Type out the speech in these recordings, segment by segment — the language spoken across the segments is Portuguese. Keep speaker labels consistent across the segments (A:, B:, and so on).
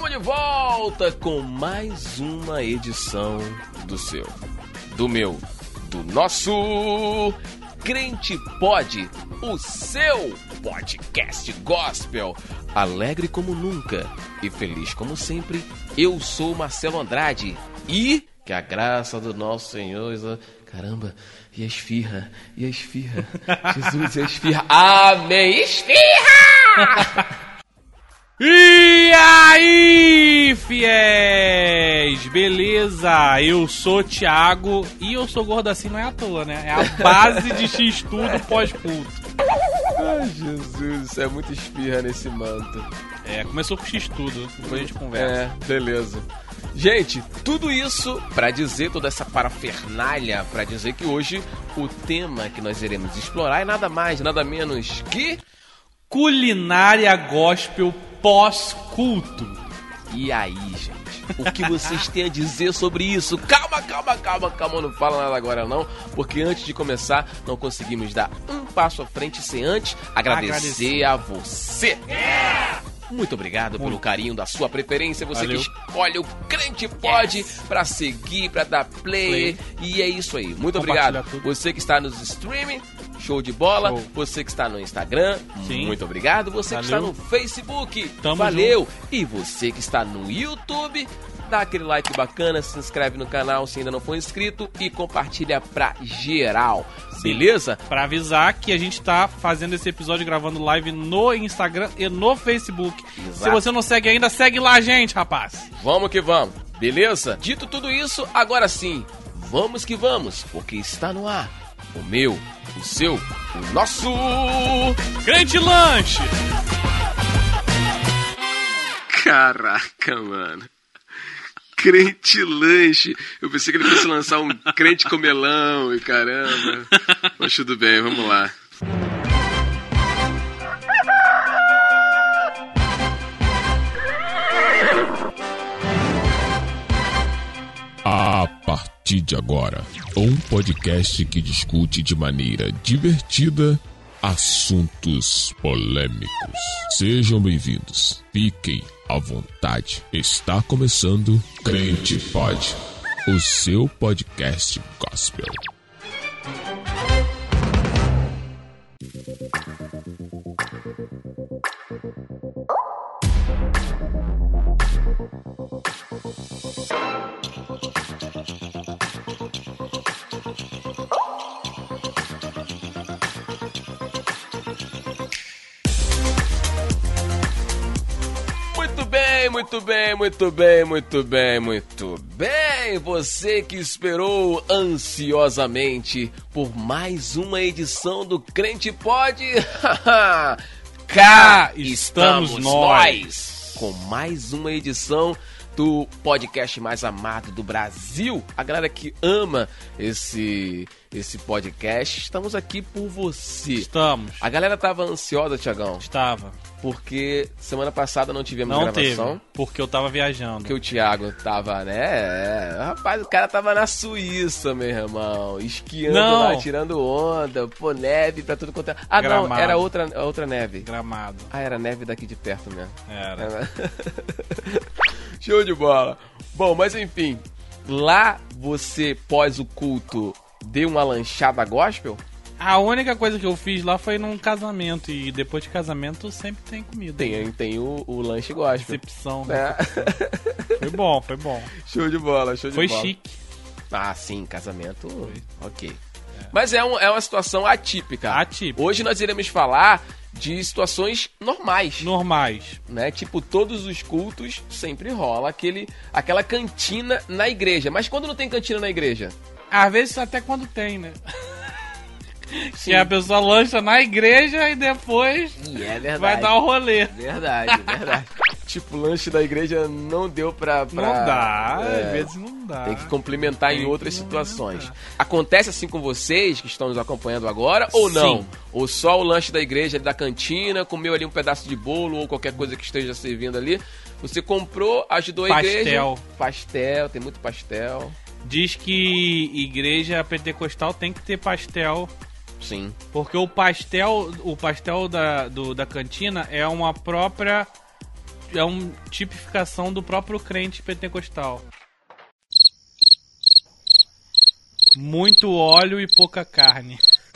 A: de volta com mais uma edição do seu, do meu, do nosso Crente Pod, o seu podcast gospel, alegre como nunca e feliz como sempre. Eu sou Marcelo Andrade e que a graça do nosso Senhor... Caramba, e a esfirra? Jesus, e a esfirra? Amém, esfirra!
B: E aí, fiéis? Beleza? Eu sou Thiago e eu sou gordo assim, não é à toa, né? É a base de X-Tudo pós-culto.
A: Ai, Jesus, isso é muito esfirra nesse manto.
B: Começou com X-Tudo, depois a gente conversa.
A: Beleza. Gente, tudo isso pra dizer, toda essa parafernália, pra dizer que hoje o tema que nós iremos explorar é nada mais, nada menos que...
B: culinária gospel pós-culto.
A: E aí, gente, o que vocês têm a dizer sobre isso? Calma, não fala nada agora não, porque antes de começar, não conseguimos dar um passo à frente sem antes agradecer a você. Muito obrigado pelo carinho da sua preferência. Você Valeu. Que escolhe o Crente Pod pra seguir, pra dar play. E é isso aí. Muito obrigado. Tudo. Você que está nos streaming, show de bola. Show. Você que está no Instagram, Sim. Muito obrigado. Você Valeu. Que está no Facebook,
B: Tamo
A: valeu.
B: Junto.
A: E você que está no YouTube, dá aquele like bacana, se inscreve no canal se ainda não for inscrito e compartilha pra geral. Sim. Beleza?
B: Pra avisar que a gente tá fazendo esse episódio, gravando live no Instagram e no Facebook. Exato. Se você não segue ainda, segue lá, gente, rapaz.
A: Vamos que vamos, beleza? Dito tudo isso, agora sim, vamos que vamos, porque está no ar o meu, o seu, o nosso...
B: Crente Lanche!
A: Caraca, mano. Crente Lanche. Eu pensei que ele fosse lançar um crente comelão e caramba. Mas tudo bem, vamos lá.
C: A partir de agora, um podcast que discute de maneira divertida assuntos polêmicos. Sejam bem-vindos. Fiquem à vontade. Está começando Crente Pod, o seu podcast gospel.
A: Muito bem. Você que esperou ansiosamente por mais uma edição do Crente Pod, cá estamos nós com mais uma edição do podcast mais amado do Brasil. A galera que ama esse podcast, estamos aqui por você.
B: Estamos.
A: A galera tava ansiosa, Thiagão.
B: Estava.
A: Porque semana passada não tivemos gravação.
B: Teve, porque eu tava viajando.
A: Porque o Thiago tava, né? Rapaz, o cara tava na Suíça, meu irmão. Esquiando lá, tirando onda. Pô, neve pra tudo quanto é... Gramado. Não, era outra neve.
B: Gramado.
A: Era neve daqui de perto mesmo.
B: Era.
A: Show de bola. Bom, mas enfim. Lá você, pós o culto, deu uma lanchada gospel?
B: A única coisa que eu fiz lá foi num casamento. E depois de casamento sempre tem comida.
A: Tem o lanche gospel.
B: Recepção, né? Foi bom.
A: Show de bola.
B: Foi chique.
A: Ah, sim, casamento. Foi. Ok. Mas é uma situação atípica. Hoje nós iremos falar de situações normais. Né? Tipo, todos os cultos sempre rola aquela cantina na igreja. Mas quando não tem cantina na igreja?
B: Às vezes até quando tem, né? Que a pessoa lancha na igreja e depois vai dar o rolê.
A: Verdade. Tipo, o lanche da igreja não deu pra...
B: Não dá, às vezes não dá.
A: Tem que complementar em outras situações. Acontece assim com vocês que estão nos acompanhando agora ou não?
B: Sim.
A: Ou só o lanche da igreja, da cantina, comeu ali um pedaço de bolo ou qualquer coisa que esteja servindo ali. Você comprou, ajudou a igreja. Pastel, tem muito pastel.
B: Diz que igreja pentecostal tem que ter pastel.
A: Sim.
B: Porque o pastel da cantina é uma própria tipificação do próprio crente pentecostal. Muito óleo e pouca carne.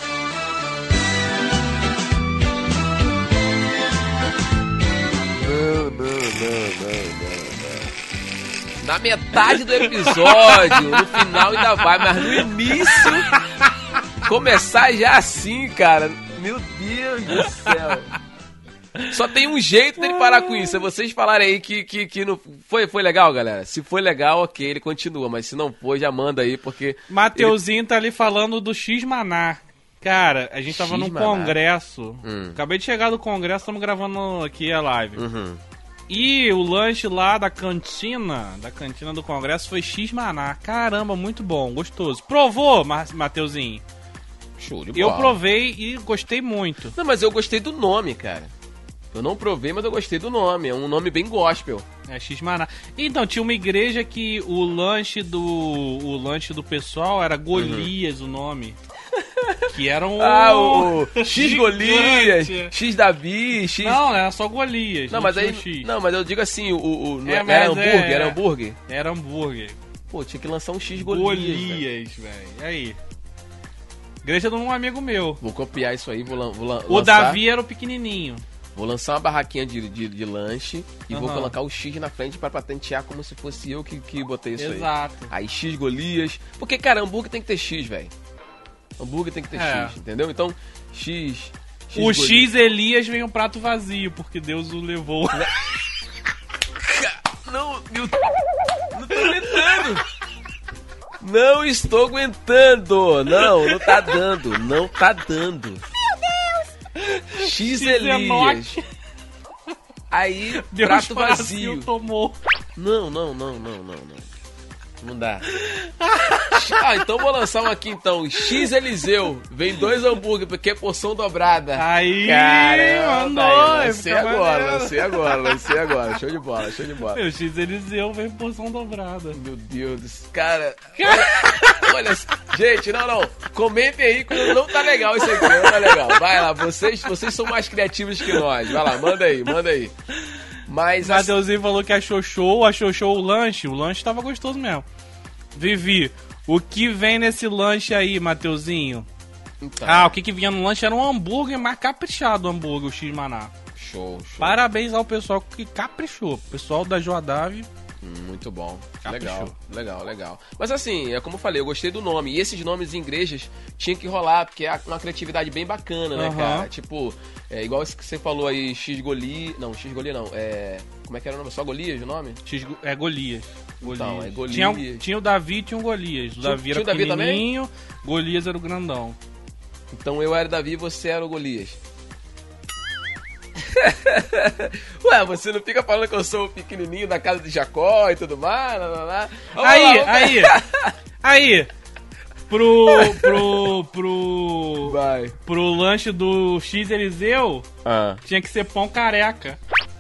A: Não. Na metade do episódio, no final ainda vai, mas no início, começar já assim, cara. Meu Deus do céu. Só tem um jeito dele parar com isso. É vocês falarem aí que não foi legal, galera. Se foi legal, ok, ele continua. Mas se não for, já manda aí, porque...
B: Mateuzinho tá ali falando do X-Maná. Cara, a gente tava num congresso. Acabei de chegar do congresso, estamos gravando aqui a live. E o lanche lá da cantina do congresso foi X-Maná. Caramba, muito bom, gostoso. Provou, Mateuzinho?
A: Show de bola.
B: Eu provei e gostei muito.
A: Não, mas eu gostei do nome, cara. Eu não provei, mas eu gostei do nome. É um nome bem gospel.
B: É, X-Maná. Então, tinha uma igreja que o lanche do pessoal era Golias, o nome. Que era um...
A: o X Golias, X Davi, X...
B: Não, era só Golias.
A: Não, mas aí...
B: X.
A: Não, mas eu digo assim,
B: era
A: hambúrguer, era hambúrguer?
B: Era hambúrguer.
A: Pô, tinha que lançar um X Golias,
B: velho. E aí? Igreja de um amigo meu.
A: Vou copiar isso aí, vou lançar...
B: O Davi era o pequenininho.
A: Vou lançar uma barraquinha de lanche e vou colocar o X na frente pra patentear como se fosse eu que botei isso aí.
B: Exato.
A: Aí X Golias... Porque, cara, hambúrguer tem que ter X, velho. Hambúrguer tem que ter X, entendeu? Então, X
B: o Golias. X Elias vem um prato vazio, porque Deus o levou.
A: Não tô aguentando. Não estou aguentando. Não tá dando. Não tá dando. X Elias. Aí,
B: Deus
A: prato vazio.
B: Tomou.
A: Não. Não dá. Então vou lançar um aqui então. X Eliseu. Vem 2 hambúrguer, porque é porção dobrada.
B: Aí,
A: caramba, lancei agora. Show de bola.
B: Meu, X Eliseu vem porção dobrada.
A: Meu Deus do céu. Cara, olha, gente, não. Comentem aí quando não tá legal isso aqui, não tá legal. Vai lá, vocês são mais criativos que nós. Vai lá, manda aí. Mas
B: Mateuzinho falou que achou show o lanche. O lanche tava gostoso mesmo. Vivi, o que vem nesse lanche aí, Mateuzinho? Então. O que vinha no lanche era um hambúrguer mais caprichado, o X-Maná.
A: Show.
B: Parabéns ao pessoal que caprichou. Pessoal da Joadave.
A: Muito bom.
B: Caprichou.
A: Legal. Mas assim, é como eu falei, eu gostei do nome. E esses nomes em igrejas tinha que rolar, porque é uma criatividade bem bacana, né, cara? Tipo, igual esse que você falou aí, X Golias. Não, X Golias não. Como é que era o nome? Só Golias o nome?
B: Golias.
A: Então, é Golias.
B: Tinha o Davi e tinha o Golias. O Davi era o pequenininho, Golias era o grandão.
A: Então eu era o Davi e você era o Golias. Ué, você não fica falando que eu sou o pequenininho da casa de Jacó e tudo mais?
B: Aí, pro lanche do X Eliseu, tinha que ser pão careca.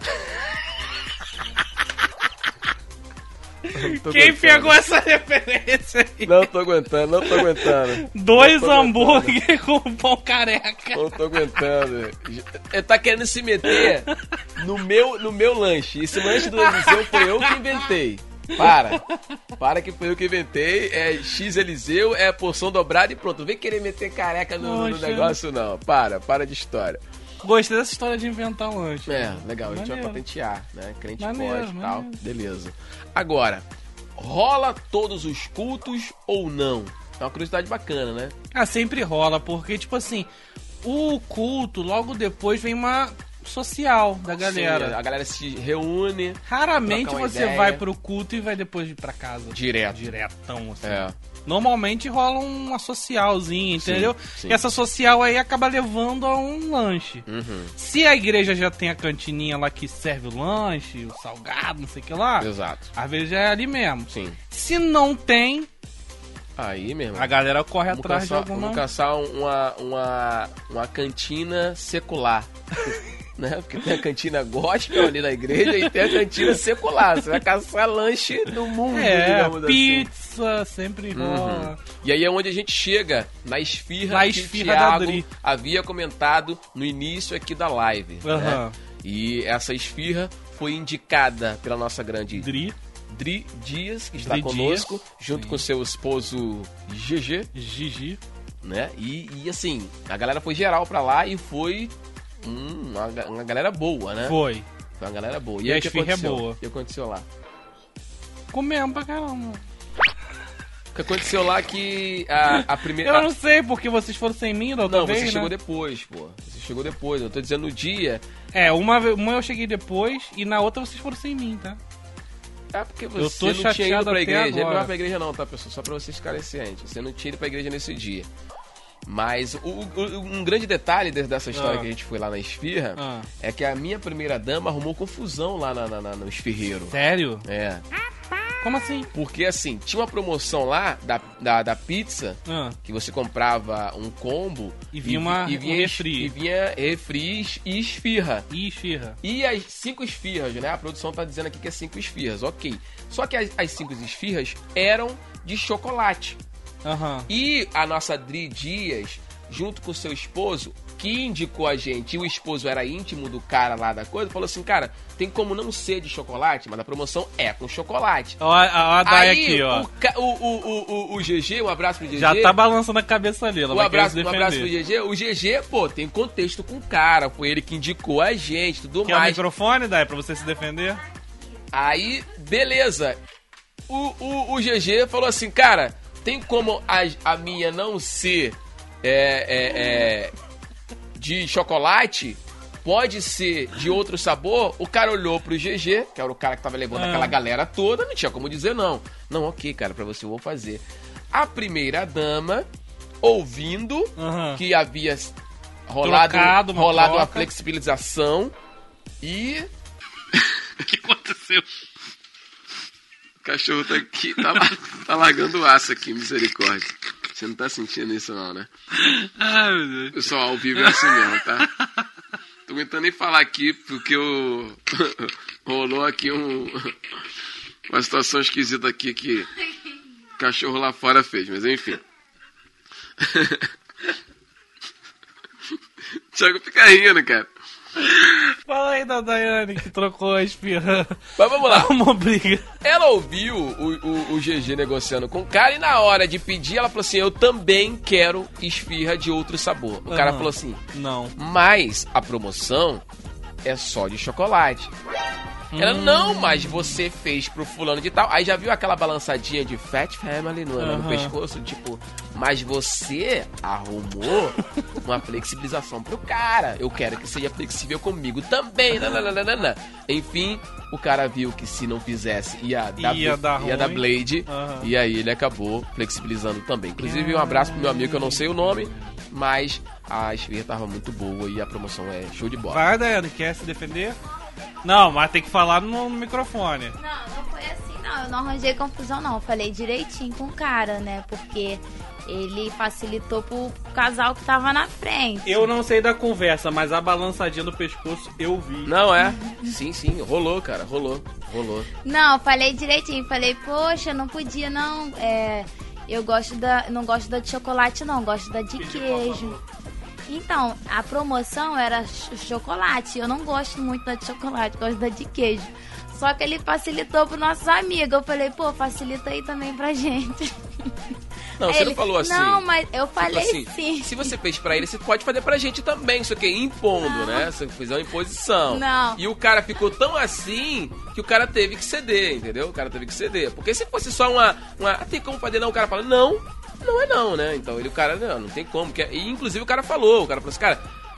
B: Quem pegou essa referência aí?
A: Não tô aguentando.
B: 2 hambúrguer com pão careca.
A: Não tô aguentando. Ele tá querendo se meter no meu lanche. Esse lanche do Eliseu foi eu que inventei. Para que foi eu que inventei. É X Eliseu, é porção dobrada e pronto. Não vem querer meter careca no negócio, não. Para de história.
B: Gostei dessa história de inventar um lanche.
A: Legal, a gente vai patentear, né? Crente pode e tal. Beleza. Agora, rola todos os cultos ou não? É uma curiosidade bacana, né?
B: Sempre rola, porque, tipo assim, o culto, logo depois vem uma social da galera.
A: Sim, a galera se reúne.
B: Raramente você vai pro culto e vai depois ir pra casa.
A: Diretão,
B: assim. Normalmente rola uma socialzinha, entendeu?
A: Sim.
B: E essa social aí acaba levando a um lanche. Se a igreja já tem a cantininha lá que serve o lanche, o salgado, não sei o que lá.
A: Exato.
B: Às vezes já é ali mesmo.
A: Sim.
B: Se não tem,
A: aí mesmo,
B: a galera corre atrás de alguma...
A: Vamos caçar uma cantina secular. Né? Porque tem a cantina gospel ali na igreja e tem a cantina secular. Você vai caçar lanche no mundo, digamos
B: pizza,
A: assim.
B: Sempre rola.
A: E aí é onde a gente chega na esfirra que o Thiago havia comentado no início aqui da live. Né? E essa esfirra foi indicada pela nossa grande
B: Dri
A: Dias, que está
B: Dri
A: conosco,
B: Dias,
A: junto
B: sim.
A: com seu esposo
B: Gigi.
A: né? E assim, a galera foi geral pra lá e foi uma galera boa, né?
B: Foi.
A: Foi uma galera boa.
B: E
A: aí,
B: a
A: o que
B: esfirra é
A: aconteceu?
B: boa.
A: O que aconteceu lá?
B: Comemos pra caramba.
A: O que aconteceu lá que a primeira...
B: Eu não sei, porque vocês foram sem mim da outra
A: Não,
B: vez,
A: você
B: né?
A: chegou depois, pô. Você chegou depois. Eu tô dizendo no dia...
B: Uma eu cheguei depois e na outra vocês foram sem mim, tá?
A: É porque
B: Eu
A: você
B: tô
A: não tinha ido
B: chateado
A: pra
B: até
A: igreja. Não
B: agora.
A: vai pra igreja não, tá, pessoal? Só pra vocês ficarem cientes. Você não tinha ido pra igreja nesse dia. Mas um grande detalhe dessa história que a gente foi lá na esfirra é que a minha primeira dama arrumou confusão lá no esfirreiro.
B: Sério?
A: É.
B: Como assim?
A: Porque assim, tinha uma promoção lá da pizza que você comprava um combo
B: E vinha um refri.
A: E vinha refri e esfirra.
B: E esfirra.
A: E as 5 esfirras, né? A produção tá dizendo aqui que é 5 esfirras, ok. Só que as 5 esfirras eram de chocolate. E a nossa Dri Dias, junto com o seu esposo, que indicou a gente, e o esposo era íntimo do cara lá da coisa, falou assim, cara, tem como não ser de chocolate, mas a promoção é com chocolate.
B: Ó a Dai
A: Aí,
B: aqui, ó.
A: o GG, um abraço pro GG.
B: Já tá balançando a cabeça ali, ela
A: Um
B: vai querer
A: abraço,
B: se
A: um
B: defender.
A: abraço pro GG. O GG, pô, tem contexto com o cara, foi ele que indicou a gente, tudo
B: Quer o
A: mais.
B: microfone, Dai, pra você se defender?
A: Aí, beleza. O GG falou assim, cara, tem como a minha não ser de chocolate? Pode ser de outro sabor? O cara olhou pro GG, que era o cara que tava levando aquela galera toda, não tinha como dizer não. Não, ok, cara, pra você eu vou fazer. A primeira dama, ouvindo que havia rolado uma
B: troca.
A: flexibilização e...
B: O que aconteceu?
A: O cachorro tá aqui, tá largando o aço aqui, misericórdia. Você não tá sentindo isso não, né?
B: Ai, meu Deus.
A: Pessoal, ao vivo é assim mesmo, tá? Tô aguentando nem falar aqui, porque rolou aqui uma situação esquisita aqui que o cachorro lá fora fez, mas enfim. Thiago fica rindo, cara.
B: Fala aí da Daiane que trocou a esfirra.
A: Mas vamos lá.
B: Uma briga.
A: Ela ouviu o GG negociando com o cara e na hora de pedir, ela falou assim, eu também quero esfirra de outro sabor. O cara falou assim,
B: não.
A: Mas a promoção é só de chocolate. Ela, não, mas você fez pro fulano de tal. Aí já viu aquela balançadinha de Fat Family no pescoço? Tipo, mas você arrumou uma flexibilização pro cara. Eu quero que seja flexível comigo também. Nananana. Enfim, o cara viu que se não fizesse ia dar Blade. E aí ele acabou flexibilizando também. Inclusive, um abraço pro meu amigo que eu não sei o nome, mas a esfirra tava muito boa e a promoção é show de bola.
B: Vai, Daiane, quer se defender? Não, mas tem que falar no microfone.
D: Não foi assim, não. Eu não arranjei confusão, não. Eu falei direitinho com o cara, né? Porque ele facilitou pro casal que tava na frente.
B: Eu não sei da conversa, mas a balançadinha do pescoço eu vi.
A: Não, é? Sim, rolou, cara, rolou.
D: Não, eu falei direitinho. Falei, poxa, não podia, não. Eu não gosto da de chocolate, não. Gosto da de queijo. Então, a promoção era chocolate. Eu não gosto muito da de chocolate, gosto da de queijo. Só que ele facilitou pros nossos amigos. Eu falei, pô, facilita aí também pra gente.
A: Não,
D: aí
A: você
D: ele,
A: não falou assim.
D: Não, mas eu falei
A: assim,
D: sim.
A: Se você fez pra ele, você pode fazer pra gente também. Isso aqui, impondo, né? Você fez uma imposição.
D: Não.
A: E o cara ficou tão assim que o cara teve que ceder, entendeu? O cara teve que ceder. Porque se fosse só uma tem como fazer não? O cara fala, não é não, né? Então o cara, não tem como. E inclusive o cara falou assim, cara,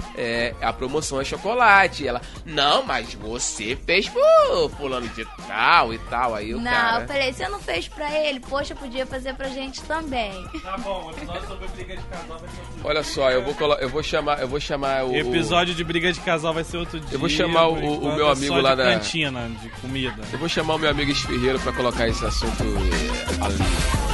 A: a promoção é chocolate. Ela, não, mas você fez pro fulano de tal e tal. Aí o cara...
D: eu falei, você não fez pra ele? Poxa, podia fazer pra gente também.
B: Tá bom, o episódio sobre briga de casal vai ser outro dia.
A: Olha só, eu vou chamar o...
B: Episódio de briga de casal vai ser outro dia.
A: Eu vou chamar o meu amigo
B: só
A: lá
B: de
A: da...
B: cantina, de comida.
A: Eu vou chamar o meu amigo esfirreiro pra colocar esse assunto ali.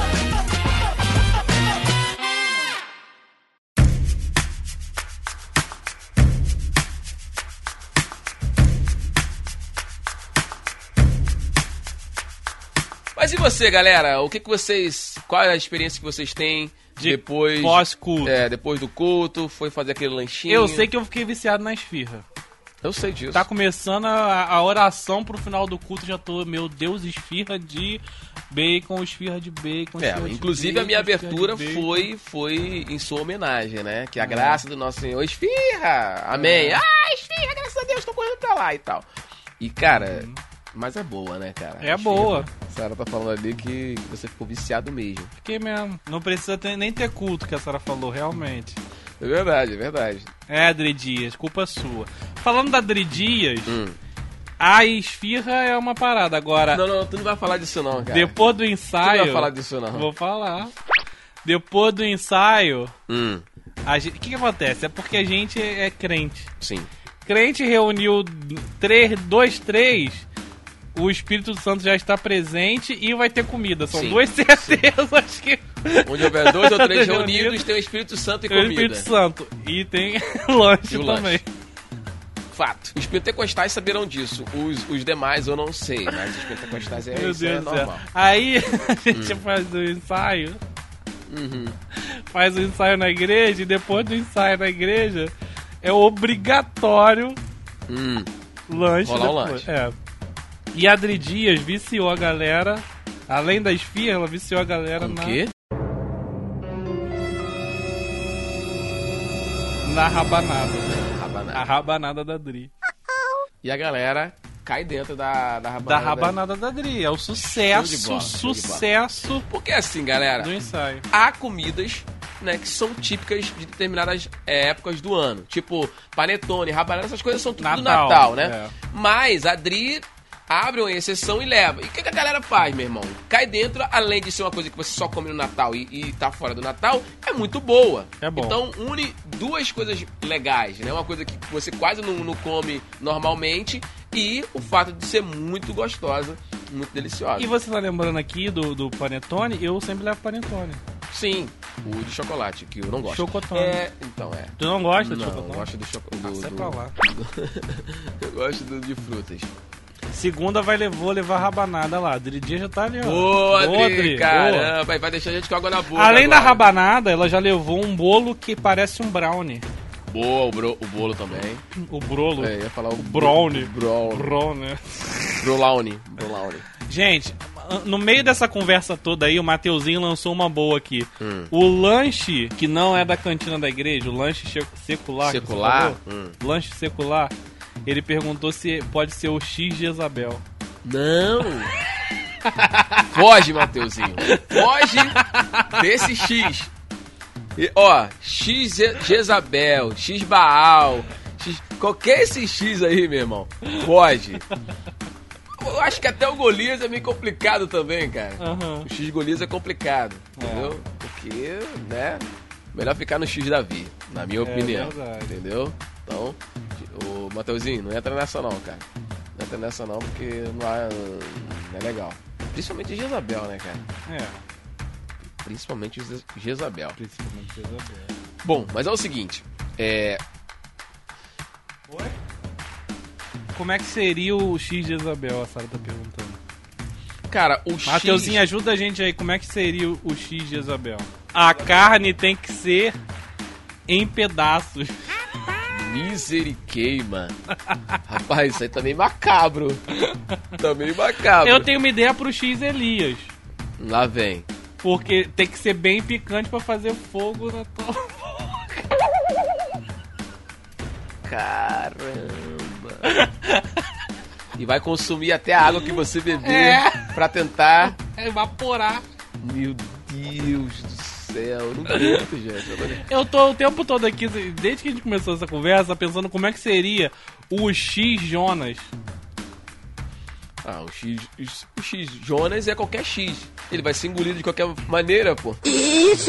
A: Mas e você, galera? Qual é a experiência que vocês têm depois...
B: Pós-culto.
A: Depois do culto, foi fazer aquele lanchinho?
B: Eu sei que eu fiquei viciado na esfirra.
A: Eu sei disso.
B: Tá começando a oração pro final do culto, já tô, meu Deus, esfirra de bacon, esfirra de bacon.
A: Inclusive a minha abertura foi em sua homenagem, né? Que a graça do nosso Senhor, esfirra! Amém! Esfirra, graças a Deus, tô correndo pra lá e tal. E, cara, mas é boa, né, cara?
B: É boa.
A: A Sara tá falando ali que você ficou viciado mesmo.
B: Fiquei mesmo. Não precisa nem ter culto, que a Sara falou, realmente.
A: É verdade, é verdade.
B: É, Adri Dias, culpa sua. Falando da Adri Dias, a esfirra é uma parada. Agora...
A: Não, tu não vai falar disso não, cara.
B: Depois do ensaio...
A: Tu não vai falar disso não.
B: Vou falar. Depois do ensaio... O que acontece? É porque a gente é crente.
A: Sim.
B: Crente reuniu 3, o Espírito Santo já está presente e vai ter comida. São duas certezas que...
A: Onde houver 2 ou 3 reunidos, tem o Espírito Santo e comida.
B: Tem o Espírito Santo. E tem lanche também.
A: Fato. Os pentecostais saberão disso. Os demais eu não sei, mas os pentecostais
B: Meu Deus
A: é normal.
B: Aí a gente faz o ensaio. Faz o ensaio na igreja e depois do ensaio na igreja é obrigatório lanche.
A: Rolar um lanche.
B: E a Adri Dias viciou a galera. Além da esfirra, ela viciou a galera
A: na... quê?
B: Na rabanada. A rabanada da Adri.
A: E a galera cai dentro da rabanada.
B: Da rabanada da Adri. É o sucesso, sucesso.
A: Porque assim, galera,
B: do ensaio.
A: Há comidas, né, que são típicas de determinadas épocas do ano. Tipo, panetone, rabanada, essas coisas são tudo do Natal, né? É. Mas a Adri abre uma exceção e leva. E o que a galera faz, meu irmão? Cai dentro, além de ser uma coisa que você só come no Natal e tá fora do Natal, é muito boa.
B: É bom.
A: Então une duas coisas legais, né? Uma coisa que você quase não come normalmente e o fato de ser muito gostosa, muito deliciosa.
B: E você tá lembrando aqui do panetone? Eu sempre levo panetone.
A: Sim, o de chocolate, que eu não gosto.
B: Chocotone.
A: Então é.
B: Tu não gosta de
A: chocotone?
B: Não,
A: eu gosto do chocolate.
B: Sai pra lá.
A: Eu gosto de frutas.
B: Segunda vou levar rabanada lá. Adri Dias já tá ali, ó.
A: Ô, Adri, caramba, vai deixar a gente com água na boca.
B: Além
A: agora
B: da rabanada, ela já levou um bolo que parece um brownie.
A: Boa, o bolo também.
B: O brolo.
A: Ia falar o
B: brownie.
A: Brownie.
B: Gente, no meio dessa conversa toda aí, o Mateuzinho lançou uma boa aqui. O lanche, que não é da cantina da igreja, o lanche secular. Lanche secular. Ele perguntou se pode ser o X de Jezabel.
A: Não! Foge, Mateuzinho. Foge desse X. E, X Jezabel, X Baal, X... qualquer esse X aí, meu irmão. Foge. Eu acho que até o Golias é meio complicado também, cara. O X Golias é complicado, entendeu? Porque, né? Melhor ficar no X Davi, na minha opinião.
B: Verdade.
A: Entendeu? Então, o Mateuzinho, não entra nessa não, cara. Não entra nessa não, porque não é legal. Principalmente Jezabel, né, cara? Principalmente Jezabel. Bom, mas é o seguinte.
B: Oi? Como é que seria o X de Jezabel? A Sara tá perguntando.
A: Cara, o X...
B: Mateuzinho, ajuda a gente aí. Como é que seria o X de Jezabel? A carne tem que ser em pedaços.
A: Miseriqueima. Rapaz, isso aí tá meio macabro.
B: Eu tenho uma ideia pro X Elias.
A: Lá vem.
B: Porque tem que ser bem picante pra fazer fogo na tua boca.
A: Caramba. E vai consumir até a água que você beber pra tentar...
B: evaporar.
A: Meu Deus do céu. Não aguento, gente.
B: Eu tô o tempo todo aqui, desde que a gente começou essa conversa, pensando como é que seria o X Jonas.
A: O X Jonas é qualquer X. Ele vai ser engolido de qualquer maneira, pô. Isso.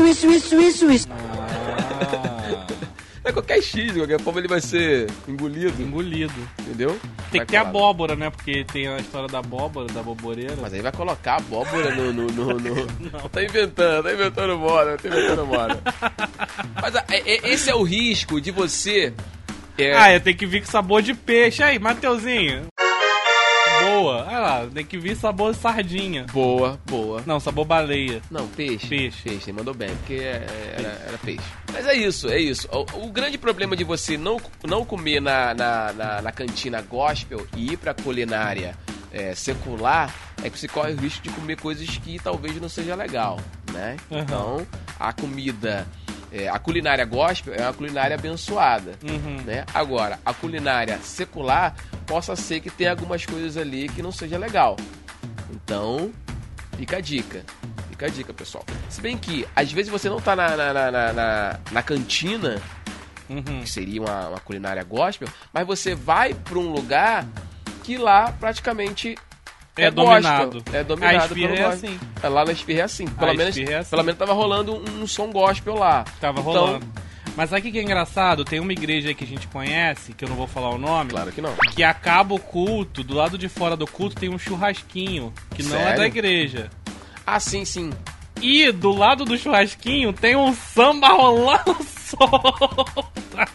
A: É qualquer X, de qualquer forma ele vai ser engolido. Entendeu?
B: Tem que ter abóbora, né? Porque tem a história da abóbora, da boboreira.
A: Mas aí vai colocar abóbora no... Não. Tá inventando moda. Mas esse é o risco de você...
B: tem que vir com sabor de peixe. Aí, Mateuzinho. boa. Olha lá, tem que vir sabor sardinha.
A: Boa, boa.
B: Não, sabor baleia.
A: Não, peixe.
B: Peixe.
A: Você mandou bem, porque era peixe. Mas é isso. O grande problema de você não comer na cantina gospel e ir pra culinária secular é que você corre o risco de comer coisas que talvez não seja legal, né?
B: Uhum.
A: Então, a comida... a culinária gospel é uma culinária abençoada, né? Agora, a culinária secular possa ser que tenha algumas coisas ali que não seja legal. Então, fica a dica. Fica a dica, pessoal. Se bem que, às vezes você não tá na cantina, que seria uma culinária gospel, mas você vai pra um lugar que lá praticamente
B: é dominado.
A: Gospel. É dominado.
B: A Esfirra é assim.
A: Lá na Esfirra é assim. Pelo menos tava rolando um som gospel lá.
B: Tava rolando. Mas sabe o que é engraçado? Tem uma igreja aí que a gente conhece, que eu não vou falar o nome.
A: Claro que não.
B: Que acaba o culto, do lado de fora do culto tem um churrasquinho, que não é da igreja.
A: Ah, sim.
B: E do lado do churrasquinho tem um samba rolando solto.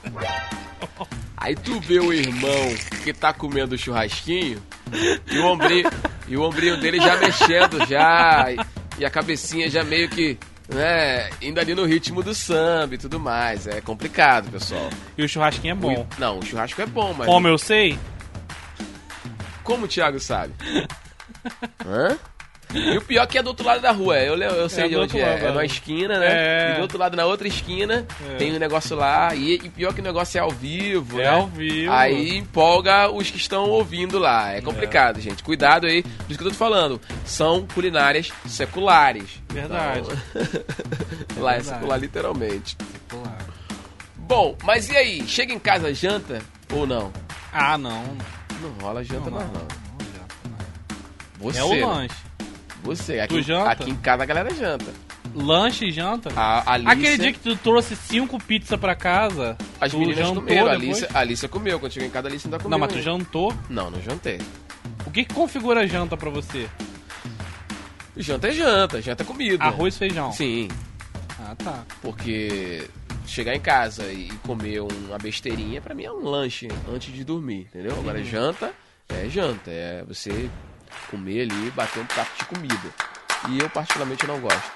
A: Aí tu vê o irmão que tá comendo o churrasquinho e o ombrinho dele já mexendo já, e a cabecinha já meio que, né, indo ali no ritmo do samba e tudo mais. É complicado, pessoal.
B: E o churrasquinho é bom.
A: Não, o churrasco é bom, mas...
B: Como eu sei?
A: Como o Thiago sabe? Hã? E o pior é que é do outro lado da rua. Eu sei de onde é. É numa esquina, né? E do outro lado, na outra esquina, tem um negócio lá. E pior que o negócio é ao vivo, né?
B: Ao vivo.
A: Aí empolga os que estão ouvindo lá. É complicado, gente. Cuidado aí. Por isso que eu tô te falando. São culinárias seculares.
B: Verdade.
A: Então, lá é secular, literalmente.
B: Secular.
A: Bom, mas e aí? Chega em casa, janta ou não?
B: Ah, não.
A: Não rola janta mais, não. Você,
B: é o
A: né?
B: lanche.
A: Você,
B: Tu janta?
A: Aqui em casa a galera janta.
B: Lanche e janta?
A: A Alicia,
B: aquele dia que tu trouxe 5 pizzas pra casa,
A: as
B: tu
A: meninas
B: jantou
A: comeram.
B: depois?
A: A Alicia comeu. Quando chegou em casa, a Alicia ainda comeu.
B: Não, mas tu jantou?
A: Não jantei.
B: O que configura janta pra você?
A: Janta é janta. Janta é comida.
B: Arroz e feijão?
A: Sim.
B: Ah, tá.
A: Porque chegar em casa e comer uma besteirinha, pra mim é um lanche antes de dormir, entendeu? Agora janta. É você comer ali, bater um prato de comida. E eu particularmente não gosto.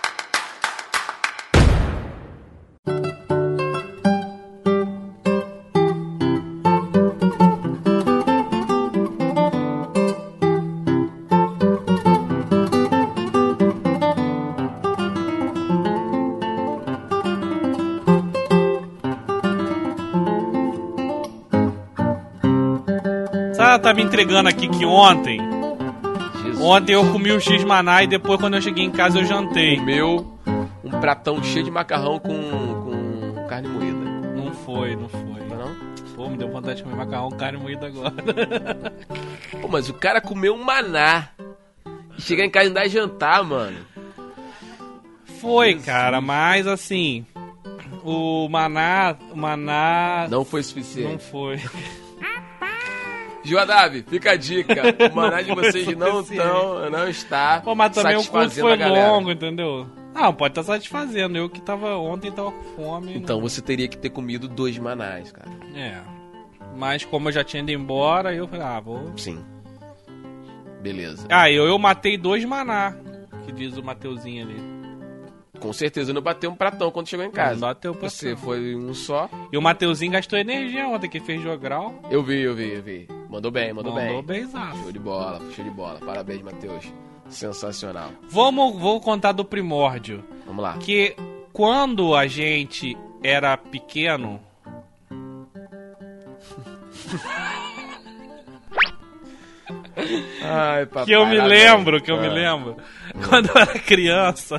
B: Tá me entregando aqui que ontem eu comi o X-Maná e depois quando eu cheguei em casa eu jantei.
A: Comeu um pratão cheio de macarrão com carne moída.
B: Não foi.
A: Não?
B: Pô, me deu vontade de comer macarrão com carne moída agora.
A: Pô, mas o cara comeu um maná e chegar em casa e ainda jantar, mano.
B: Foi,
A: Jesus.
B: Cara, mas assim, o maná...
A: Não foi suficiente.
B: Não foi.
A: Joadave, fica a dica. O maná de vocês não está.
B: Pô, mas também o culto foi
A: galera.
B: longo, entendeu? Não, pode estar satisfazendo. Eu que ontem tava com fome.
A: Então você teria que ter comido 2 manás, cara.
B: É. Mas como eu já tinha ido embora, eu falei, vou...
A: Sim. Beleza.
B: Eu matei 2 maná, que diz o Mateuzinho ali.
A: Com certeza não bateu um pratão quando chegou em casa.
B: Não bateu um pratão.
A: Você foi um só.
B: E o Mateuzinho gastou energia ontem, que fez jogral.
A: Eu vi. Mandou bem.
B: Mandou bem, exato.
A: Show de bola. Parabéns, Matheus. Sensacional.
B: Vou contar do primórdio.
A: Vamos lá.
B: Que quando a gente era pequeno...
A: Ai, papai.
B: Que eu me lembro. Quando eu era criança...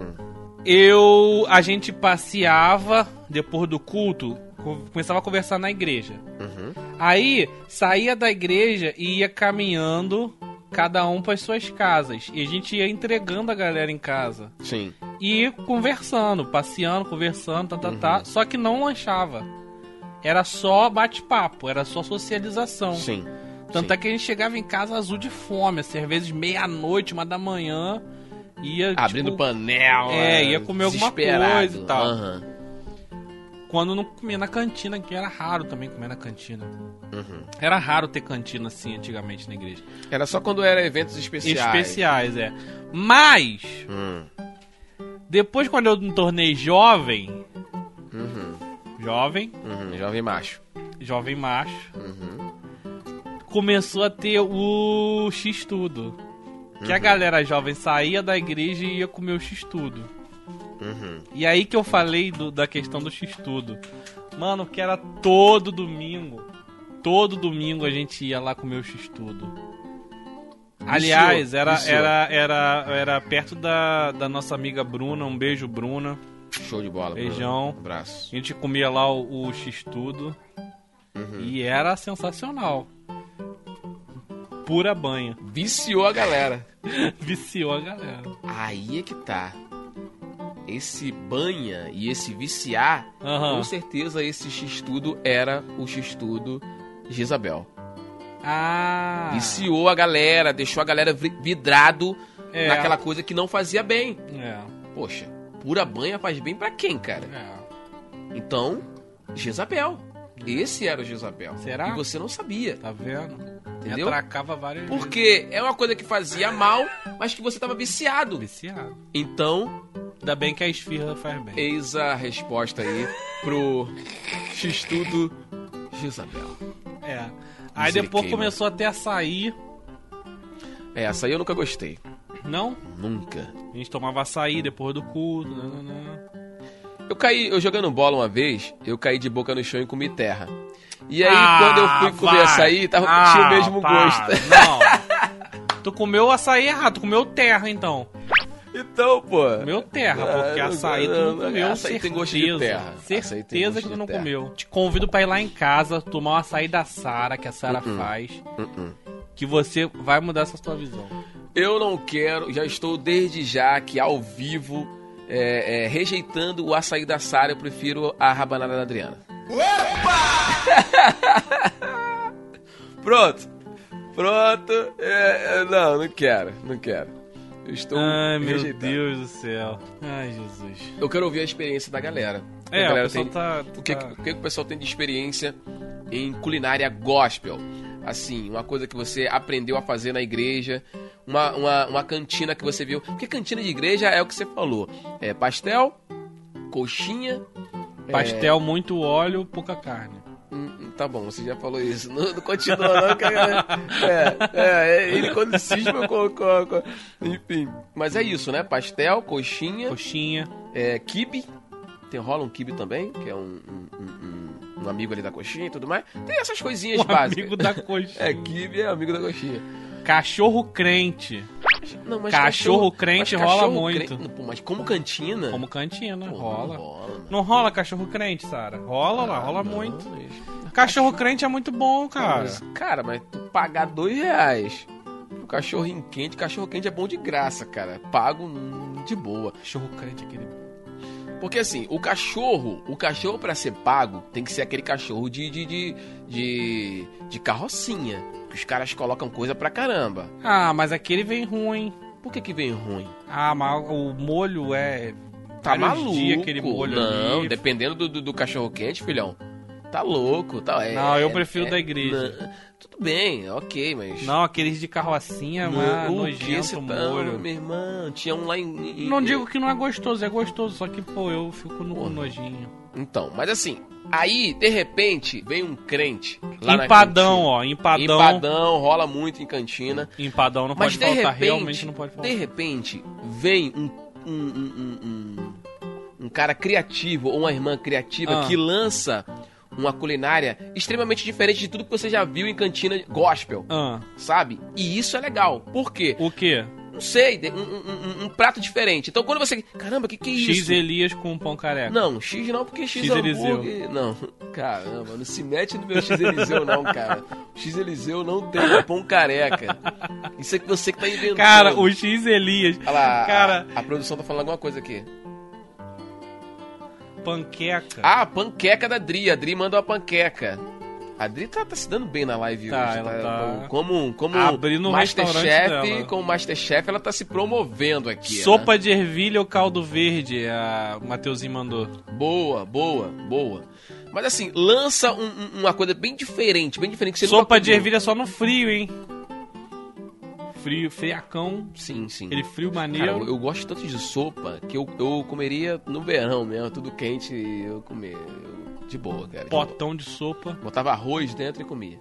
B: A gente passeava depois do culto, começava a conversar na igreja. Aí saía da igreja e ia caminhando, cada um para as suas casas. E a gente ia entregando a galera em casa.
A: Sim.
B: E conversando, passeando, conversando, só que não lanchava. Era só bate-papo, era só socialização.
A: Sim.
B: Tanto é que a gente chegava em casa azul de fome, assim, às vezes meia-noite, 1h, ia
A: abrindo panela.
B: ia comer alguma coisa e tal. quando não comia na cantina, que era raro também comer na cantina.
A: Uhum.
B: Era raro ter cantina assim antigamente na igreja.
A: Era só quando era eventos especiais.
B: Especiais, é. Mas, depois quando eu me tornei jovem,
A: Jovem macho.
B: jovem macho, começou a ter o X-Tudo. Que a galera jovem saía da igreja e ia comer o X-Tudo. E aí que eu falei da questão do X-Tudo. Mano, que era todo domingo. Todo domingo a gente ia lá comer o X-Tudo. Aliás, era perto da nossa amiga Bruna. Um beijo, Bruna.
A: Show de bola.
B: Beijão.
A: Um abraço.
B: A gente comia lá o X-Tudo. E era sensacional. Pura banha.
A: Viciou a galera.
B: Viciou a galera.
A: Aí é que tá. Esse banha e esse viciar, com certeza esse X-Tudo era o X-Tudo Jezabel. Viciou a galera, deixou a galera vidrado naquela coisa que não fazia bem. Poxa, pura banha faz bem pra quem, cara? Então, Jezabel. Esse era o Jezabel.
B: Será?
A: E você não sabia.
B: Tá vendo?
A: Entendeu?
B: Me atracava várias vezes.
A: Porque é uma coisa que fazia mal, mas que você tava viciado.
B: Viciado.
A: Então,
B: ainda bem que a esfirra faz bem.
A: eis a resposta aí pro X-Tudo Jezabel.
B: Aí depois começou a ter açaí.
A: Essa aí eu nunca gostei.
B: Não?
A: Nunca.
B: A gente tomava açaí depois do culto.
A: Eu jogando bola uma vez, eu caí de boca no chão e comi terra. E aí, quando eu fui comer açaí, tinha o mesmo gosto.
B: Não. Tu comeu açaí errado, tu comeu terra, então.
A: Então, pô.
B: Comeu terra, porque açaí tu não comeu,
A: açaí tem gosto de terra.
B: Certeza que tu não comeu. Te convido pra ir lá em casa, tomar um açaí da Sara, que a Sara faz. Que você vai mudar essa tua visão.
A: Eu não quero, já estou desde já aqui ao vivo rejeitando o açaí da Sara. Eu prefiro a rabanada da Adriana. Pronto. Não quero. Eu estou rejeitando.
B: Meu Deus do céu. Ai, Jesus.
A: Eu quero ouvir a experiência da galera.
B: A galera tem...
A: O que o pessoal tem de experiência em culinária gospel? Assim, uma coisa que você aprendeu a fazer na igreja, uma cantina que você viu. Porque cantina de igreja é o que você falou. É pastel, coxinha...
B: Pastel, muito óleo, pouca carne.
A: Tá bom, você já falou isso. Não continua não, cara. Ele quando cisma, enfim. Mas é isso, né? Pastel, coxinha. Quibe. Rola um quibe também, que é um amigo ali da coxinha e tudo mais. Tem essas coisinhas básicas.
B: Amigo da coxinha.
A: Quibe é amigo da coxinha.
B: Cachorro crente.
A: Não, mas
B: cachorro crente rola muito.
A: Pô, mas como cantina?
B: Como cantina,
A: pô,
B: rola. Não rola cachorro crente, Sara? Rola muito. Cachorro crente é muito bom, cara.
A: Mas tu pagar R$2 pro cachorrinho quente, cachorro quente é bom de graça, cara. Pago de boa.
B: Cachorro crente é aquele...
A: Porque assim, o cachorro pra ser pago tem que ser aquele cachorro de carrocinha. Que os caras colocam coisa pra caramba.
B: Mas aquele vem ruim.
A: Por que vem ruim?
B: Mas o molho é...
A: Tá maluco.
B: Aquele molho
A: não,
B: ali.
A: Dependendo do cachorro quente, filhão. Tá louco.
B: Não, eu prefiro da igreja.
A: Tudo bem, ok, mas...
B: Não, aqueles de carrocinha, nojento, molho.
A: Meu irmão, tinha um lá em...
B: Não digo que não é gostoso, só que, eu fico no nojinho.
A: Então, mas assim, aí, de repente, vem um crente lá
B: Empadão,
A: Empadão, rola muito em cantina.
B: Empadão não pode faltar, realmente não pode faltar.
A: De repente, vem um cara criativo, ou uma irmã criativa que lança... uma culinária extremamente diferente de tudo que você já viu em cantina gospel, sabe? E isso é legal. Por quê?
B: O quê?
A: Não sei, um prato diferente. Então quando você... Caramba, que é isso?
B: X Elias com pão careca.
A: Não, X não, porque X hambúrguer... Não, caramba, não se mete no meu X Eliseu não, cara. X Eliseu não tem pão careca. Isso é que você que tá inventando.
B: Cara, o X Elias...
A: Olha lá,
B: cara...
A: a produção tá falando alguma coisa aqui.
B: Panqueca.
A: Panqueca da Dri. A Dri manda uma panqueca. A Adri tá se dando bem na live
B: Tá,
A: hoje.
B: ela tá
A: Como
B: abrindo um restaurante dela.
A: como Masterchef, ela tá se promovendo aqui.
B: Sopa de ervilha ou caldo verde, o Mateuzinho mandou.
A: Boa. Mas assim, lança uma coisa bem diferente que você nunca
B: Sopa de
A: comeu.
B: ervilha só no frio, hein? Frio, friacão.
A: Sim.
B: Aquele frio maneiro.
A: Cara, eu gosto tanto de sopa que eu comeria no verão mesmo, tudo quente, eu comer. De boa, cara.
B: Potão de sopa.
A: Botava arroz dentro e comia.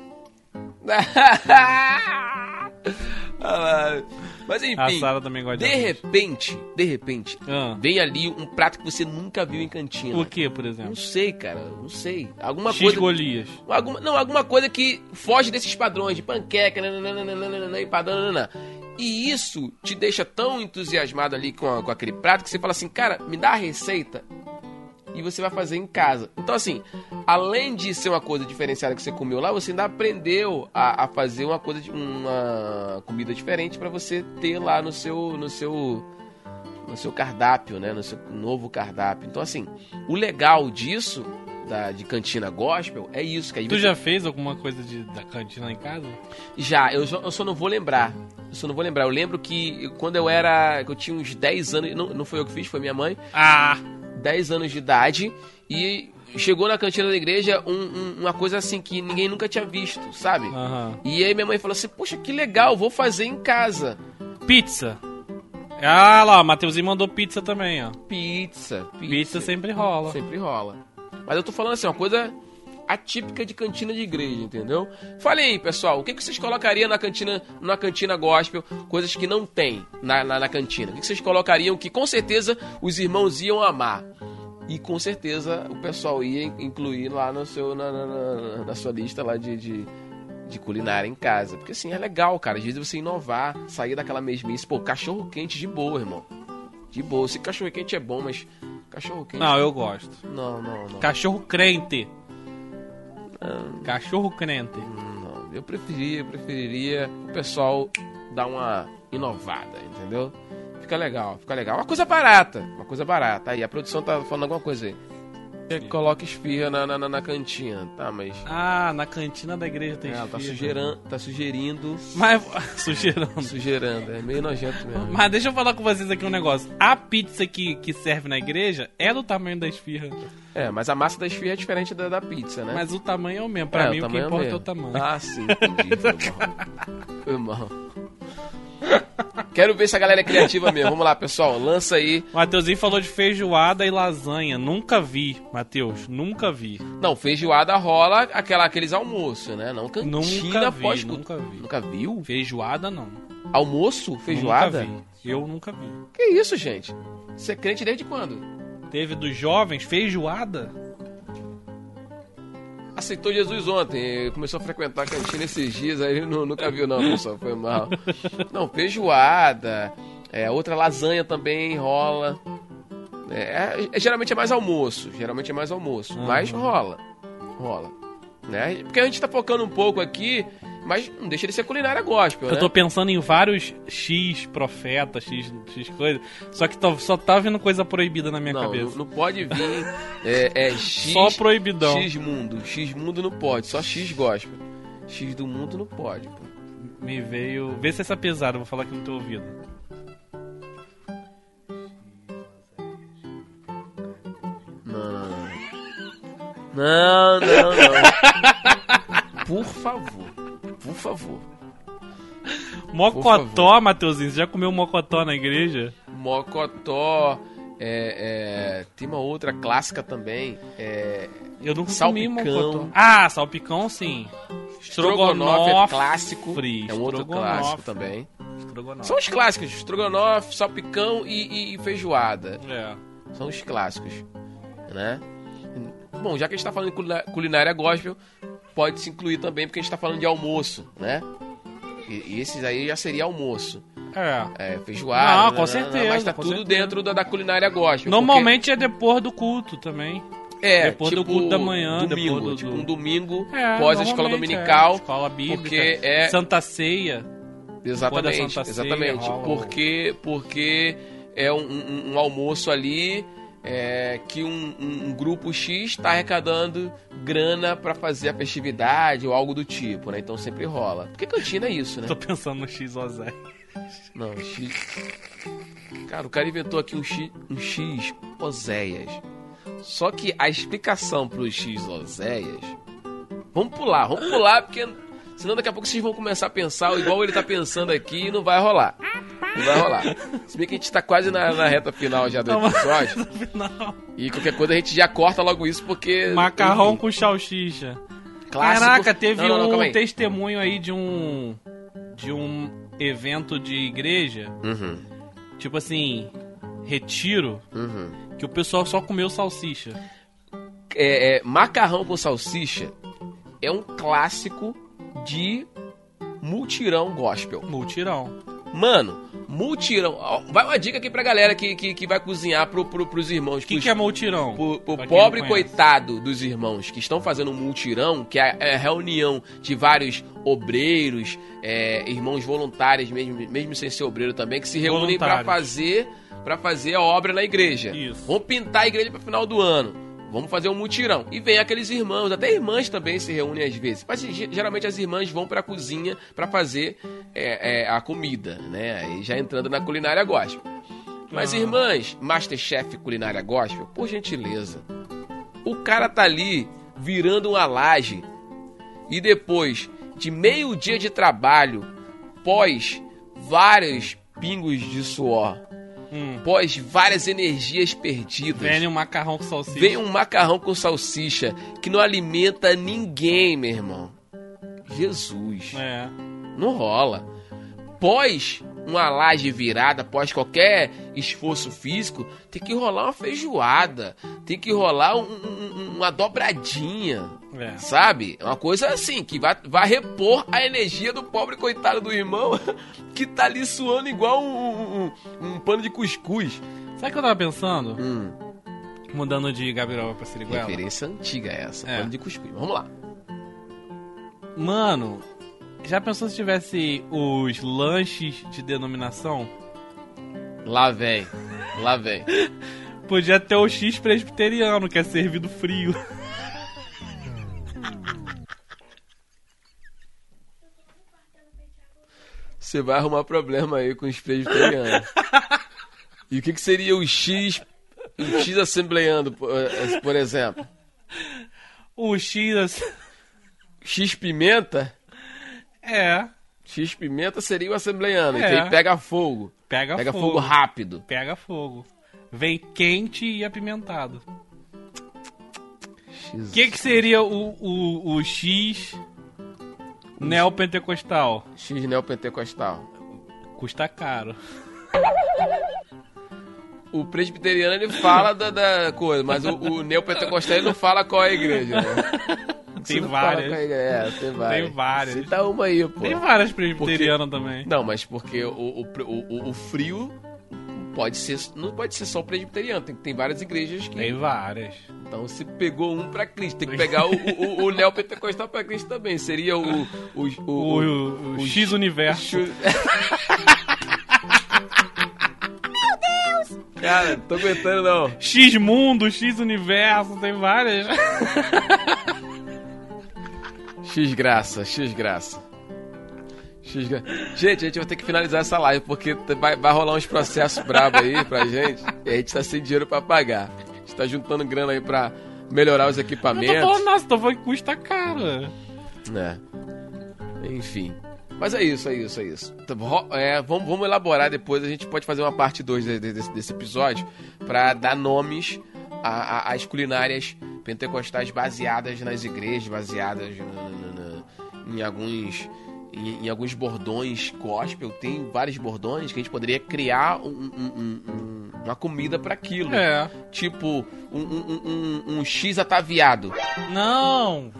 A: Mas
B: A
A: enfim,
B: Sara também gosta
A: de
B: arroz.
A: repente,
B: Ah.
A: vem ali um prato que você nunca viu em cantina.
B: O que, por
A: Não
B: exemplo?
A: sei, cara, não sei. Alguma
B: X
A: coisa...
B: Golias.
A: Alguma coisa que foge desses padrões de panqueca, nananana. E isso te deixa tão entusiasmado ali com aquele prato que você fala assim, cara, me dá a receita e você vai fazer em casa. Então assim, além de ser uma coisa diferenciada que você comeu lá, você ainda aprendeu a fazer uma comida diferente pra você ter lá no seu cardápio, né, no seu novo cardápio. Então assim, o legal disso de cantina gospel é isso que aí
B: Tu já fez alguma coisa da cantina em casa?
A: Já, eu só não vou lembrar. Eu lembro que quando eu tinha uns 10 anos, não foi eu que fiz, foi minha mãe. 10 anos de idade, e chegou na cantina da igreja uma coisa assim que ninguém nunca tinha visto, sabe?
B: Aham.
A: E aí minha mãe falou assim, poxa, que legal, vou fazer em casa.
B: Pizza. Ah lá, o Mateuzinho mandou pizza também, ó.
A: Pizza.
B: Pizza sempre rola.
A: Sempre rola. Mas eu tô falando assim, uma coisa atípica de cantina de igreja, entendeu? Fale aí, pessoal, o que vocês colocariam na cantina gospel, coisas que não tem na cantina? O que vocês colocariam que com certeza os irmãos iam amar? E com certeza o pessoal ia incluir lá na sua lista lá de culinária em casa. Porque assim, é legal, cara. Às vezes você inovar, sair daquela mesmice. Pô, cachorro quente de boa, irmão. De boa. Se cachorro quente é bom, mas cachorro quente...
B: Não, eu gosto.
A: Não.
B: Cachorro crente. Cachorro crente.
A: Não, eu preferiria o pessoal dar uma inovada, entendeu? Fica legal. Uma coisa barata. Aí a produção tá falando alguma coisa aí. Você coloca esfirra na cantina, tá, mas...
B: Ah, na cantina da igreja tem
A: Ela
B: esfirra.
A: tá sugerindo...
B: Mas, sugerando.
A: Sugerando, é meio nojento mesmo.
B: Mas deixa eu falar com vocês aqui um negócio. A pizza que serve na igreja é do tamanho da esfirra.
A: É, mas a massa da esfirra é diferente da pizza, né?
B: Mas o tamanho é o mesmo. Pra mim, o que importa é o tamanho.
A: Ah, sim, entendi. Foi mal. Quero ver se a galera é criativa mesmo. Vamos lá, pessoal. Lança aí.
B: O Mateuzinho falou de feijoada e lasanha. Nunca vi, Mateus. Nunca vi.
A: Não, feijoada rola aqueles almoços, né? Não cantina
B: Nunca vi,
A: pós...
B: nunca vi.
A: Nunca viu?
B: Feijoada, não.
A: Almoço? Feijoada?
B: Nunca vi. Eu nunca vi.
A: Que isso, gente? Você é crente desde quando?
B: Teve dos jovens feijoada?
A: Aceitou Jesus ontem, começou a frequentar a cantina esses dias, aí ele nunca viu não, pessoal, foi mal. Não, feijoada, outra lasanha também rola. Geralmente é mais almoço, mas rola. Né? Porque a gente tá focando um pouco aqui, mas não deixa de ser culinária gospel, né?
B: Eu tô pensando em vários X profetas, X coisa, só que só tá vindo coisa proibida na minha cabeça.
A: Não pode vir X...
B: Só proibidão.
A: X mundo não pode, só X gospel. X do mundo não pode, pô.
B: Me veio... Vê se essa é pesada, eu vou falar aqui no teu ouvido.
A: Não. Por favor.
B: Mocotó, Mateuzinho. Você já comeu mocotó na igreja?
A: Mocotó. Tem uma outra clássica também.
B: Eu nunca
A: salpicão.
B: comi mocotó. Ah, salpicão sim.
A: Estrogonofe é clássico.
B: Free.
A: É um outro
B: Estrogonofe.
A: clássico também.
B: Estrogonofe.
A: São os clássicos. Estrogonofe, salpicão e feijoada. São os clássicos. Né? Bom, já que a gente tá falando de culinária gospel, pode se incluir também, porque a gente tá falando de almoço, né? E esses aí já seria almoço. Feijoada.
B: Não, com certeza.
A: Mas tá tudo dentro da culinária gospel.
B: Normalmente é depois do culto também. Depois
A: tipo,
B: do culto da manhã.
A: Domingo,
B: depois
A: tipo um domingo pós a
B: normalmente
A: escola dominical.
B: Escola bíblica.
A: Porque
B: Santa Ceia.
A: Exatamente,
B: Santa Ceia,
A: exatamente.
B: rola.
A: Porque é um almoço ali que um grupo X tá arrecadando grana pra fazer a festividade ou algo do tipo, né? Então sempre rola. Porque cantina é isso, né?
B: Tô pensando no X Oséias.
A: Não, X... Cara, o cara inventou aqui um X Oséias. Só que a explicação pro X Oséias... Vamos pular, porque... Senão daqui a pouco vocês vão começar a pensar igual ele tá pensando aqui e não vai rolar. Não vai rolar. Se bem que a gente tá quase na reta final já do episódio. E qualquer coisa a gente já corta logo isso, porque...
B: Macarrão com salsicha.
A: Clássico.
B: Caraca, teve
A: calma aí.
B: um testemunho aí de um evento de igreja.
A: Uhum.
B: Tipo assim, retiro.
A: Uhum.
B: Que o pessoal só comeu salsicha.
A: Macarrão com salsicha é um clássico de multirão gospel.
B: Multirão.
A: Mano, multirão. Vai uma dica aqui pra galera que vai cozinhar pros irmãos.
B: O que é multirão?
A: Pro pobre coitado dos irmãos que estão fazendo um multirão, que é a reunião de vários obreiros, irmãos voluntários, mesmo sem ser obreiro também, que se reúnem pra fazer a obra na igreja.
B: Isso.
A: Vamos pintar a igreja pro final do ano. Vamos fazer um mutirão. E vem aqueles irmãos, até irmãs também se reúnem às vezes. Mas geralmente as irmãs vão pra cozinha pra fazer a comida, né? Aí já entrando na culinária gospel. Mas irmãs, Masterchef culinária gospel, por gentileza. O cara tá ali virando uma laje e depois de meio dia de trabalho, pós vários pingos de suor, pós várias energias perdidas,
B: Vem um macarrão com salsicha.
A: Vem um macarrão com salsicha que não alimenta ninguém, meu irmão. Jesus. Não rola. Pós uma laje virada, após qualquer esforço físico, tem que rolar uma feijoada, tem que rolar uma dobradinha, sabe? Uma coisa assim, que vai repor a energia do pobre coitado do irmão que tá ali suando igual um pano de cuscuz.
B: Sabe o que eu tava pensando? Mudando de Gabriel pra Siriguela.
A: Referência antiga essa, pano de cuscuz. Vamos lá.
B: Mano, já pensou se tivesse os lanches de denominação?
A: Lá vem.
B: Podia ter o X presbiteriano, que é servido frio.
A: Você vai arrumar problema aí com os presbiterianos. E o que seria o X assembleando, por exemplo?
B: O X...
A: X pimenta? X pimenta seria o assembleano, que aí pega fogo. Pega fogo rápido.
B: Pega fogo. Vem quente e apimentado. O que seria o X neopentecostal?
A: X neopentecostal.
B: Custa caro.
A: O presbiteriano ele fala da coisa, mas o neopentecostal ele não fala qual é a igreja, né?
B: Tem várias.
A: Tem várias.
B: Tem várias.
A: Cita uma aí, pô.
B: Tem várias presbiterianas também.
A: Não, mas porque o frio não pode ser só o presbiteriano. Tem várias igrejas que...
B: Tem várias.
A: Então se pegou um pra Cristo, tem que pegar o neopentecostal pra Cristo também. Seria o
B: X universo.
A: Cara, não tô aguentando não.
B: X mundo, X universo, tem várias.
A: X graça. Gente, a gente vai ter que finalizar essa live, porque vai rolar uns processos brabos aí pra gente, e a gente tá sem dinheiro pra pagar. A gente tá juntando grana aí pra melhorar os equipamentos.
B: Tô falando que custa caro.
A: Enfim. Mas é isso. Vamos elaborar depois, a gente pode fazer uma parte 2 desse episódio pra dar nomes às culinárias pentecostais baseadas nas igrejas, baseadas em alguns bordões gospel. Tem vários bordões que a gente poderia criar uma comida para aquilo. Tipo um X ataviado.
B: Não!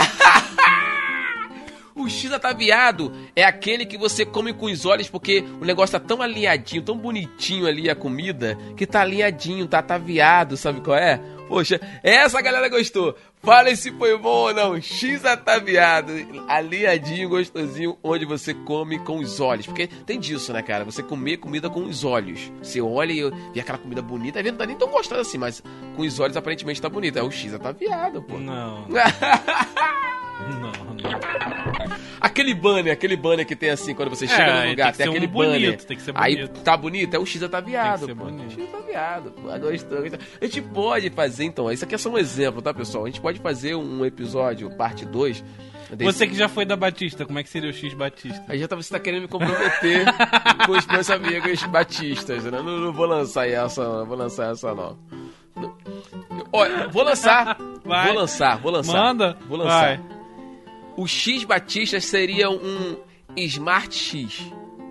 A: O X ataviado é aquele que você come com os olhos, porque o negócio tá tão alinhadinho, tão bonitinho ali a comida, que tá alinhadinho, tá ataviado, sabe qual é? Poxa, essa galera gostou. Falem se foi bom ou não. X ataviado, alinhadinho, gostosinho, onde você come com os olhos. Porque tem disso, né, cara? Você comer comida com os olhos. Você olha e vê aquela comida bonita, aí não tá nem tão gostosa assim, mas com os olhos aparentemente tá bonito. É o X ataviado, pô.
B: Não. Não.
A: Aquele banner que tem assim quando você chega no lugar, tem aquele banner.
B: Tem que ser bonito.
A: Aí tá bonito, é o X ataviado.
B: Tem que ser bonito.
A: X ataviado, pô. Gostou. A gente pode fazer, então, isso aqui é só um exemplo, tá, pessoal? A gente pode fazer um episódio, parte 2.
B: Você que já foi da Batista, como é que seria o X Batista?
A: Aí você tá querendo me comprometer com os meus amigos batistas, né? Não vou lançar essa, não. Olha, vou lançar.
B: Vai.
A: Vou lançar.
B: Manda.
A: Vou lançar.
B: Vai.
A: O X Batista seria um Smart X.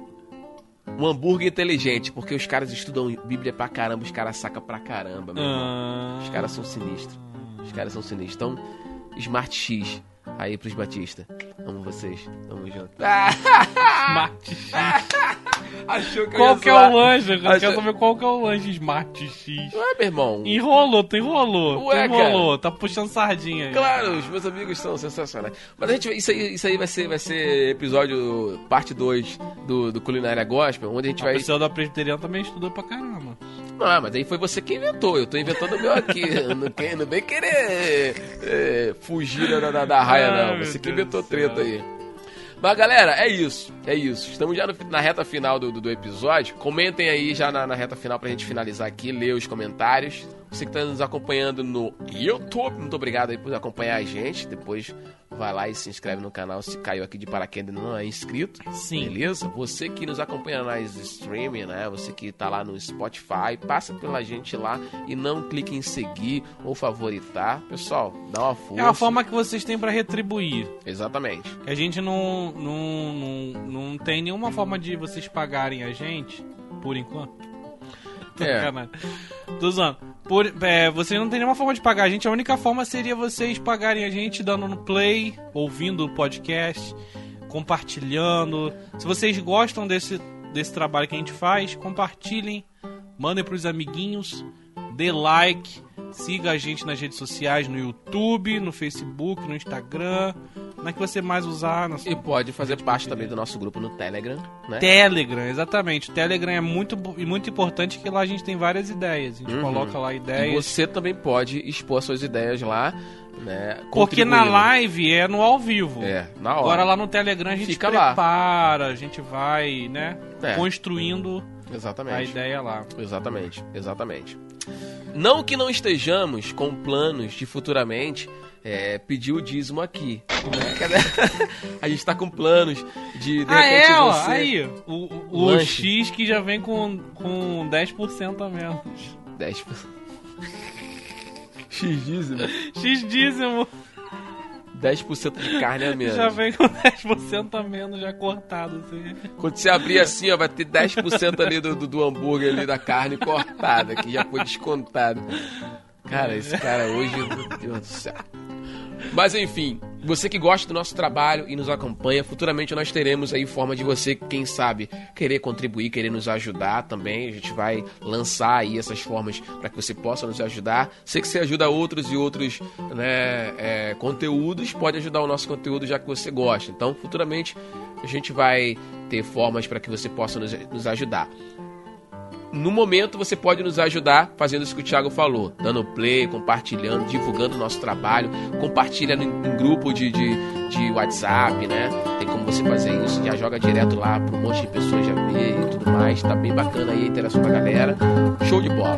A: Um hambúrguer inteligente, porque os caras estudam Bíblia pra caramba, os caras sacam pra caramba, meu irmão. Os caras são sinistros. Então, Smart X aí pros Batista. Amo vocês. Tamo junto.
B: Smart X.
A: Achou que
B: Qual que é o lanche? Eu quero saber qual que é o lanche Smart X.
A: Ué, meu irmão.
B: Enrolou.
A: Ué, cara.
B: Tá puxando sardinha aí.
A: Claro, os meus amigos são sensacionais. Mas a gente, isso aí vai ser episódio parte 2 do Culinária Gospel, onde a gente vai...
B: O pessoal da Presbiteriana também estudou pra caramba.
A: Não, mas aí foi você que inventou. Eu tô inventando o meu aqui. Não vem querer fugir da raia, não. Você que inventou treta aí. Mas, galera, é isso. Estamos já na reta final do episódio. Comentem aí já na reta final pra gente finalizar aqui, ler os comentários. Você que tá nos acompanhando no YouTube, muito obrigado aí por acompanhar a gente. Depois vai lá e se inscreve no canal se caiu aqui de paraquedas e não é inscrito.
B: Sim.
A: Beleza? Você que nos acompanha nas streaming, né? Você que tá lá no Spotify, passa pela gente lá e não clique em seguir ou favoritar. Pessoal, dá uma força.
B: É a forma que vocês têm pra retribuir.
A: Exatamente.
B: A gente não tem nenhuma forma de vocês pagarem a gente, por enquanto. Tô zoando. Vocês não tem nenhuma forma de pagar a gente. A única forma seria vocês pagarem a gente dando no play, ouvindo o podcast, compartilhando. Se vocês gostam desse trabalho que a gente faz, compartilhem, mandem pros amiguinhos, dê like, siga a gente nas redes sociais, no YouTube, no Facebook, no Instagram, na que você mais usar.
A: E pode fazer parte também do nosso grupo no Telegram, né?
B: Telegram, exatamente. O Telegram é muito importante, que lá a gente tem várias ideias. A gente coloca lá ideias.
A: E você também pode expor suas ideias lá, né?
B: Porque na live é no ao vivo.
A: Na hora.
B: Agora lá no Telegram a gente
A: fica
B: prepara,
A: lá.
B: A gente vai, né, construindo a ideia lá.
A: Exatamente. Não que não estejamos com planos de futuramente pedir o dízimo aqui. Né? A gente tá com planos de repente você...
B: Aí, o X que já vem com 10% a menos.
A: 10%. X dízimo. 10% de carne a menos.
B: Já vem com 10% a menos já cortado, assim.
A: Quando você abrir assim, ó, vai ter 10% ali do hambúrguer ali, da carne cortada, que já foi descontado. Cara, esse cara hoje, meu Deus do céu. Mas enfim, você que gosta do nosso trabalho e nos acompanha, futuramente nós teremos aí forma de você, quem sabe, querer contribuir, querer nos ajudar também. A gente vai lançar aí essas formas para que você possa nos ajudar. Sei que você ajuda outros e outros, né, conteúdos, pode ajudar o nosso conteúdo já que você gosta. Então, futuramente, a gente vai ter formas para que você possa nos ajudar. No momento, você pode nos ajudar fazendo isso que o Thiago falou, dando play, compartilhando, divulgando o nosso trabalho, compartilha em grupo de WhatsApp, né? Tem como você fazer isso, já joga direto lá para um monte de pessoas já ver e tudo mais. Tá bem bacana aí a interação da galera. Show de bola!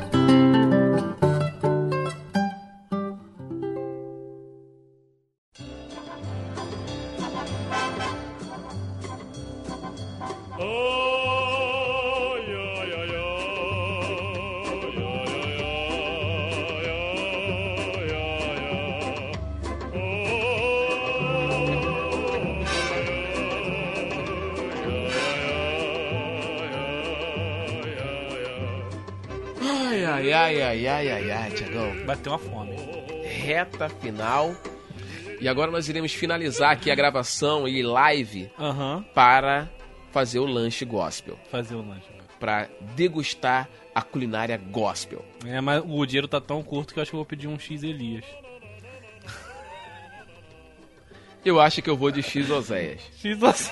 A: Ai, Thiagão.
B: Bateu uma fome.
A: Reta final. E agora nós iremos finalizar aqui a gravação e live para fazer o lanche gospel.
B: Fazer o lanche.
A: Para degustar a culinária gospel.
B: Mas o dinheiro tá tão curto que eu acho que eu vou pedir um X Elias.
A: Eu acho que eu vou de X Oséias.
B: X Oséias.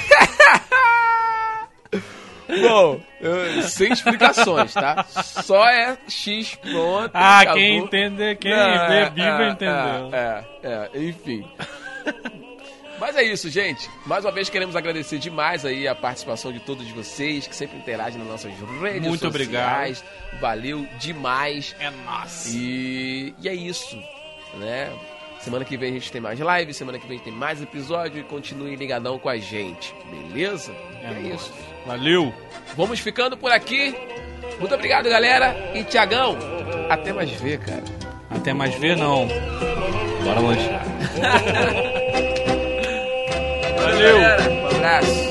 A: Bom, sem explicações, tá? Só é X, pronto.
B: Acabou. Quem entender, quem vê Bíblia entendeu.
A: Enfim. Mas é isso, gente. Mais uma vez queremos agradecer demais aí a participação de todos vocês que sempre interagem nas nossas redes
B: Muito
A: sociais.
B: obrigado.
A: Valeu demais.
B: É nóis.
A: E é isso, né? Semana que vem a gente tem mais live, semana que vem tem mais episódio e continue ligadão com a gente, beleza? É isso.
B: Valeu.
A: Vamos ficando por aqui. Muito obrigado, galera. E Tiagão, até mais ver, cara.
B: Até mais ver, não. Bora lanchar.
A: Valeu. Galera, um abraço.